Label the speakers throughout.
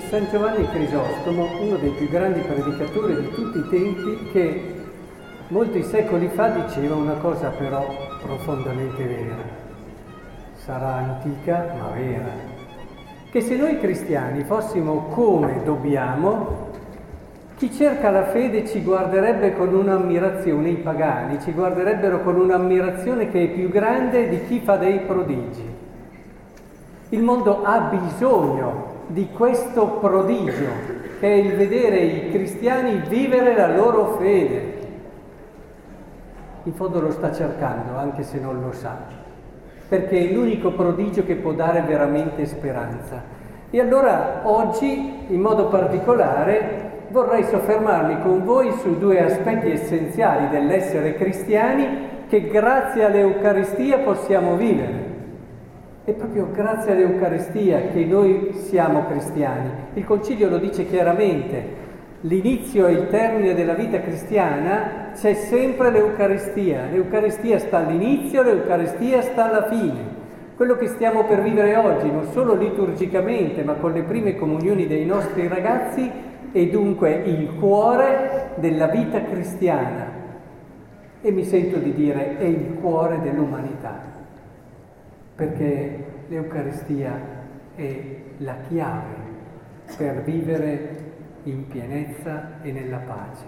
Speaker 1: San Giovanni Crisostomo, uno dei più grandi predicatori di tutti i tempi, che molti secoli fa diceva una cosa però profondamente vera, sarà antica ma vera, che se noi cristiani fossimo come dobbiamo, chi cerca la fede ci guarderebbe con un'ammirazione, i pagani ci guarderebbero con un'ammirazione che è più grande di chi fa dei prodigi. Il mondo ha bisogno di questo prodigio, che è il vedere i cristiani vivere la loro fede. In fondo lo sta cercando, anche se non lo sa, perché è l'unico prodigio che può dare veramente speranza. E allora oggi, in modo particolare, vorrei soffermarmi con voi su due aspetti essenziali dell'essere cristiani che grazie all'Eucaristia possiamo vivere. È proprio grazie all'Eucaristia che noi siamo cristiani. Il Concilio lo dice chiaramente, l'inizio e il termine della vita cristiana c'è sempre l'Eucaristia. L'Eucaristia sta all'inizio, l'Eucaristia sta alla fine. Quello che stiamo per vivere oggi, non solo liturgicamente, ma con le prime comunioni dei nostri ragazzi, è dunque il cuore della vita cristiana. E mi sento di dire, è il cuore dell'umanità. Perché l'Eucaristia è la chiave per vivere in pienezza e nella pace.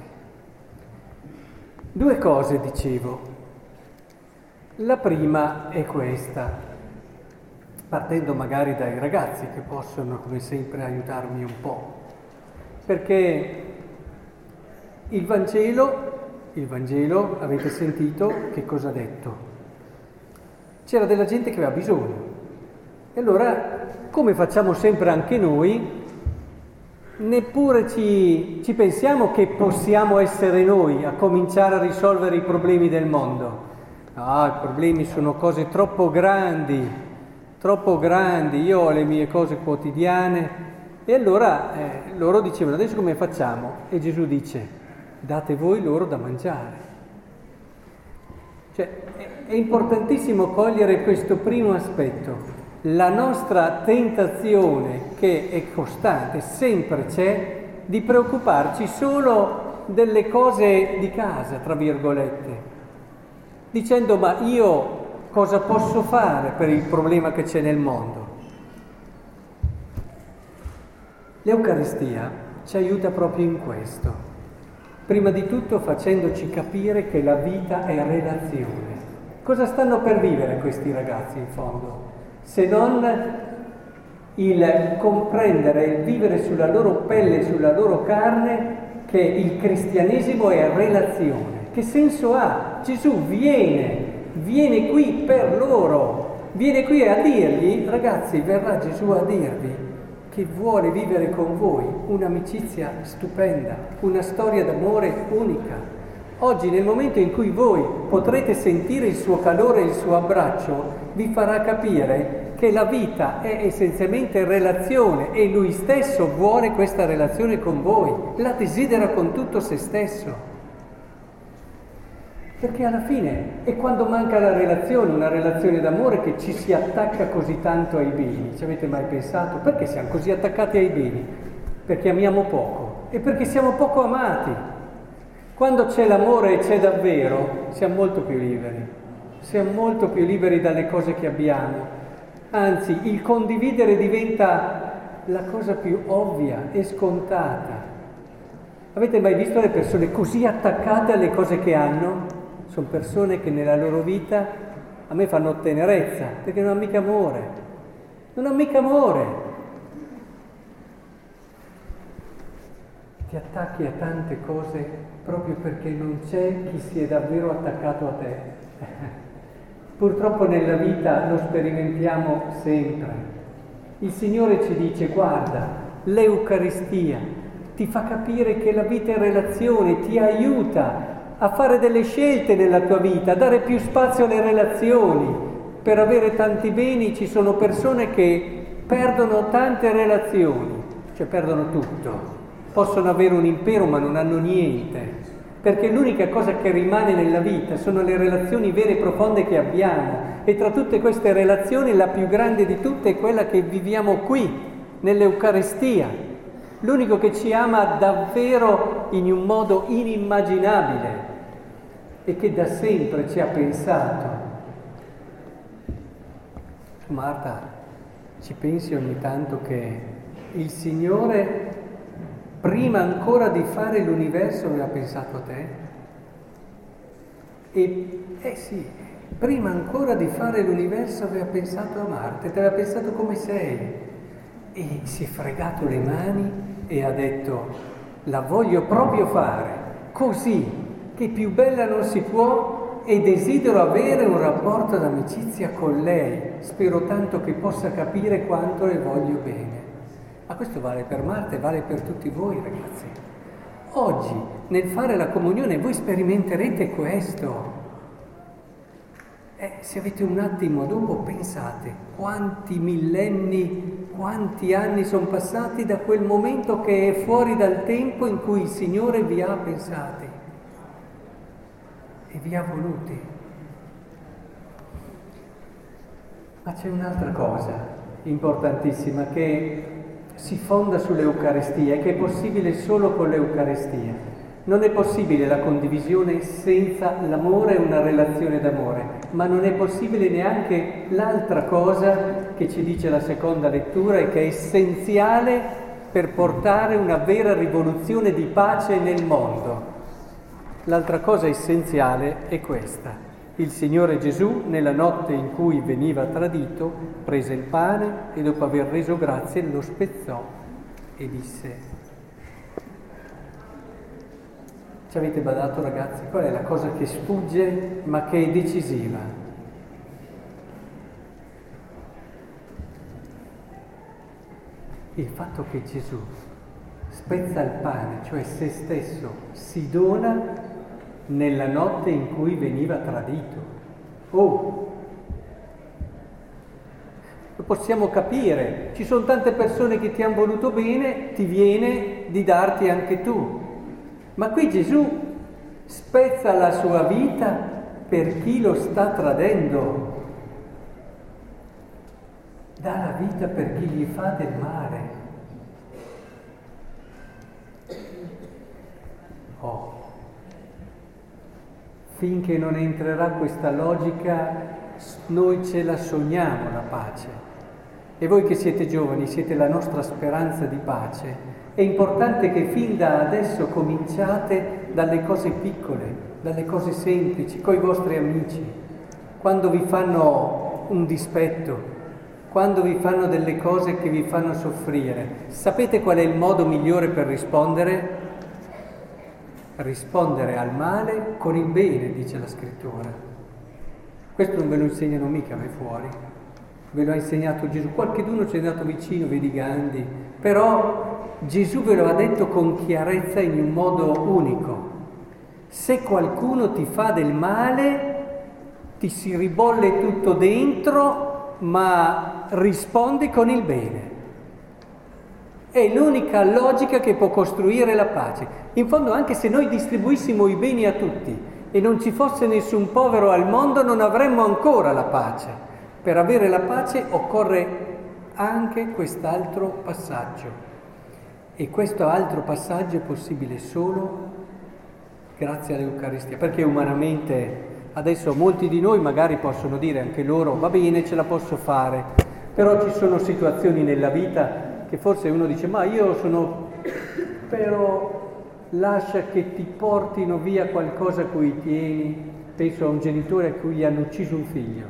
Speaker 1: Due cose dicevo. La prima è questa, partendo magari dai ragazzi che possono come sempre aiutarmi un po', perché il Vangelo avete sentito che cosa ha detto? C'era della gente che aveva bisogno. E allora, come facciamo sempre anche noi, neppure ci pensiamo che possiamo essere noi a cominciare a risolvere i problemi del mondo. No, i problemi sono cose troppo grandi, io ho le mie cose quotidiane. E allora loro dicevano, adesso come facciamo? E Gesù dice, date voi loro da mangiare. Cioè, è importantissimo cogliere questo primo aspetto. La nostra tentazione, che è costante, sempre c'è, di preoccuparci solo delle cose di casa, tra virgolette, dicendo ma io cosa posso fare per il problema che c'è nel mondo? L'Eucaristia ci aiuta proprio in questo. Prima di tutto facendoci capire che la vita è relazione. Cosa stanno per vivere questi ragazzi in fondo? Se non il comprendere, il vivere sulla loro pelle, sulla loro carne, che il cristianesimo è relazione. Che senso ha? Gesù viene qui per loro, viene qui a dirgli, ragazzi, verrà Gesù a dirvi che vuole vivere con voi un'amicizia stupenda, una storia d'amore unica. Oggi, nel momento in cui voi potrete sentire il suo calore e il suo abbraccio, vi farà capire che la vita è essenzialmente relazione e lui stesso vuole questa relazione con voi, la desidera con tutto se stesso. Perché alla fine è quando manca la relazione, una relazione d'amore, che ci si attacca così tanto ai beni. Ci avete mai pensato? Perché siamo così attaccati ai beni? Perché amiamo poco e perché siamo poco amati. Quando c'è l'amore e c'è davvero, siamo molto più liberi dalle cose che abbiamo. Anzi, il condividere diventa la cosa più ovvia e scontata. Avete mai visto le persone così attaccate alle cose che hanno? Sono persone che nella loro vita a me fanno tenerezza, perché non hanno mica amore. Ti attacchi a tante cose proprio perché non c'è chi si è davvero attaccato a te. Purtroppo nella vita lo sperimentiamo sempre. Il Signore ci dice, guarda, l'Eucaristia ti fa capire che la vita è relazione, ti aiuta a fare delle scelte nella tua vita, a dare più spazio alle relazioni. Per avere tanti beni ci sono persone che perdono tante relazioni, cioè perdono tutto. Possono avere un impero ma non hanno niente, perché l'unica cosa che rimane nella vita sono le relazioni vere e profonde che abbiamo. E tra tutte queste relazioni la più grande di tutte è quella che viviamo qui, nell'Eucaristia. l'unico che ci ama davvero in un modo inimmaginabile e che da sempre ci ha pensato. Marta, ci pensi ogni tanto che il Signore, prima ancora di fare l'universo, aveva pensato a te? Sì, prima ancora di fare l'universo aveva pensato a Marta, ti aveva pensato come sei. E si è fregato le mani e ha detto, la voglio proprio fare, così, che più bella non si può, e desidero avere un rapporto d'amicizia con lei. Spero tanto che possa capire quanto le voglio bene. Ma questo vale per Marta e vale per tutti voi, ragazzi. Oggi, nel fare la comunione, voi sperimenterete questo. Se avete un attimo dopo, pensate quanti millenni, quanti anni sono passati da quel momento che è fuori dal tempo in cui il Signore vi ha pensati e vi ha voluti. Ma c'è un'altra cosa importantissima che si fonda sull'Eucaristia e che è possibile solo con l'Eucaristia. Non è possibile la condivisione senza l'amore e una relazione d'amore, ma non è possibile neanche l'altra cosa che ci dice la seconda lettura e che è essenziale per portare una vera rivoluzione di pace nel mondo. L'altra cosa essenziale è questa. Il Signore Gesù, nella notte in cui veniva tradito, prese il pane e dopo aver reso grazie lo spezzò e disse: ci avete badato, ragazzi? Qual è la cosa che sfugge ma che è decisiva? Il fatto che Gesù spezza il pane, cioè se stesso, si dona nella notte in cui veniva tradito. Lo possiamo capire, ci sono tante persone che ti hanno voluto bene, ti viene di darti anche tu. Ma qui Gesù spezza la sua vita per chi lo sta tradendo, dà la vita per chi gli fa del male. Finché non entrerà questa logica, noi ce la sogniamo la pace. E voi che siete giovani, siete la nostra speranza di pace. È importante che fin da adesso cominciate dalle cose piccole, dalle cose semplici, coi vostri amici. Quando vi fanno un dispetto, quando vi fanno delle cose che vi fanno soffrire, sapete qual è il modo migliore per rispondere? Rispondere al male con il bene, dice la Scrittura. Questo non ve lo insegnano mica a me fuori, ve lo ha insegnato Gesù. Qualcheduno ci è andato vicino, vedi Gandhi, però Gesù ve lo ha detto con chiarezza in un modo unico. Se qualcuno ti fa del male, ti si ribolle tutto dentro, ma rispondi con il bene. È l'unica logica che può costruire la pace. In fondo, anche se noi distribuissimo i beni a tutti e non ci fosse nessun povero al mondo, non avremmo ancora la pace. Per avere la pace occorre anche quest'altro passaggio. E questo altro passaggio è possibile solo grazie all'Eucaristia. Perché umanamente, adesso molti di noi magari possono dire anche loro, va bene, ce la posso fare, però ci sono situazioni nella vita che forse uno dice, ma io sono, però lascia che ti portino via qualcosa a cui tieni. Penso a un genitore a cui gli hanno ucciso un figlio.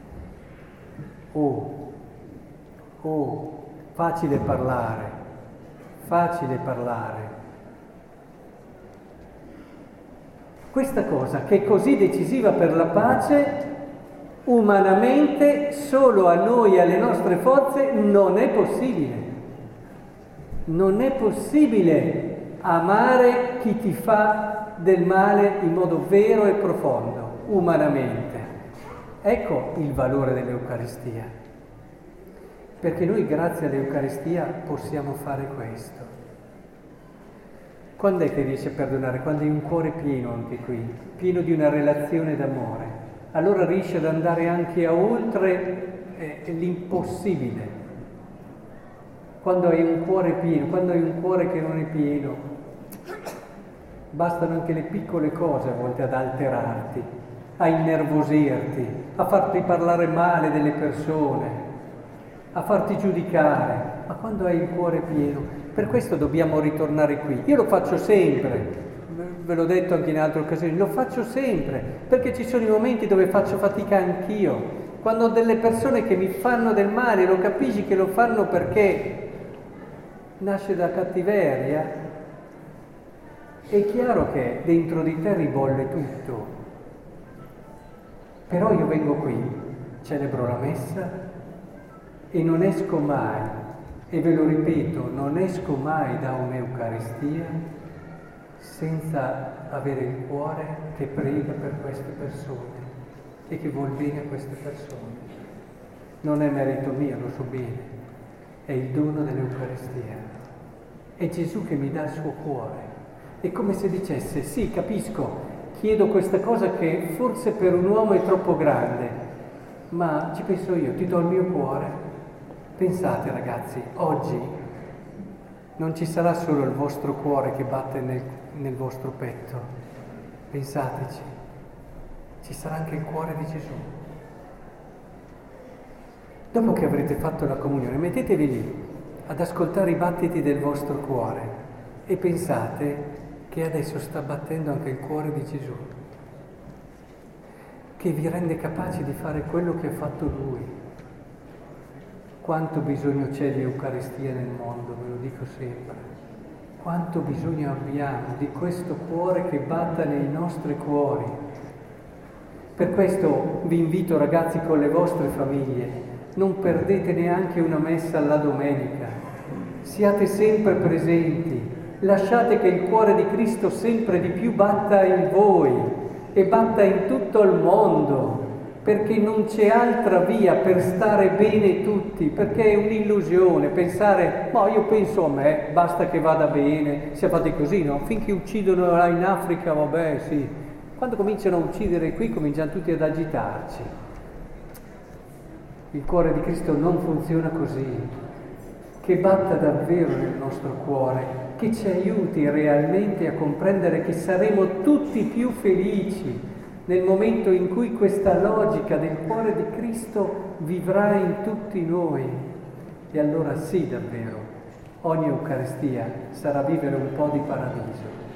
Speaker 1: Facile parlare. Questa cosa che è così decisiva per la pace, umanamente, solo a noi e alle nostre forze, non è possibile. Non è possibile amare chi ti fa del male in modo vero e profondo, umanamente. Ecco il valore dell'Eucaristia. Perché noi grazie all'Eucaristia possiamo fare questo. Quando è che riesci a perdonare? Quando hai un cuore pieno anche qui, pieno di una relazione d'amore. Allora riesci ad andare anche a oltre l'impossibile. quando hai un cuore pieno, quando hai un cuore che non è pieno, bastano anche le piccole cose a volte ad alterarti, a innervosirti, a farti parlare male delle persone, a farti giudicare, ma quando hai il cuore pieno, per questo dobbiamo ritornare qui. Io lo faccio sempre, ve l'ho detto anche in altre occasioni, lo faccio sempre, perché ci sono i momenti dove faccio fatica anch'io, quando ho delle persone che mi fanno del male, lo capisci che lo fanno perché nasce da cattiveria, è chiaro che dentro di te ribolle tutto, però io vengo qui, celebro la messa e non esco mai, e ve lo ripeto, non esco mai da un'Eucaristia senza avere il cuore che prega per queste persone e che vuol bene a queste persone. Non è merito mio, lo so bene, è il dono dell'Eucaristia. È Gesù che mi dà il suo cuore. È come se dicesse, sì, capisco, chiedo questa cosa che forse per un uomo è troppo grande, ma ci penso io, ti do il mio cuore. Pensate ragazzi, oggi non ci sarà solo il vostro cuore che batte nel vostro petto, pensateci, ci sarà anche il cuore di Gesù. Dopo che avrete fatto la comunione, mettetevi lì ad ascoltare i battiti del vostro cuore e pensate che adesso sta battendo anche il cuore di Gesù, che vi rende capaci di fare quello che ha fatto Lui. Quanto bisogno c'è di Eucaristia nel mondo, ve lo dico sempre. Quanto bisogno abbiamo di questo cuore che batta nei nostri cuori. Per questo vi invito ragazzi con le vostre famiglie, non perdete neanche una messa alla domenica, siate sempre presenti, lasciate che il cuore di Cristo sempre di più batta in voi e batta in tutto il mondo, perché non c'è altra via per stare bene tutti, perché è un'illusione pensare, ma io penso a me, basta che vada bene, sia fatti così, no? Finché uccidono là in Africa, vabbè, sì. Quando cominciano a uccidere qui, cominciano tutti ad agitarci. Il cuore di Cristo non funziona così, che batta davvero nel nostro cuore, che ci aiuti realmente a comprendere che saremo tutti più felici nel momento in cui questa logica del cuore di Cristo vivrà in tutti noi. E allora sì, davvero, ogni Eucaristia sarà vivere un po' di paradiso.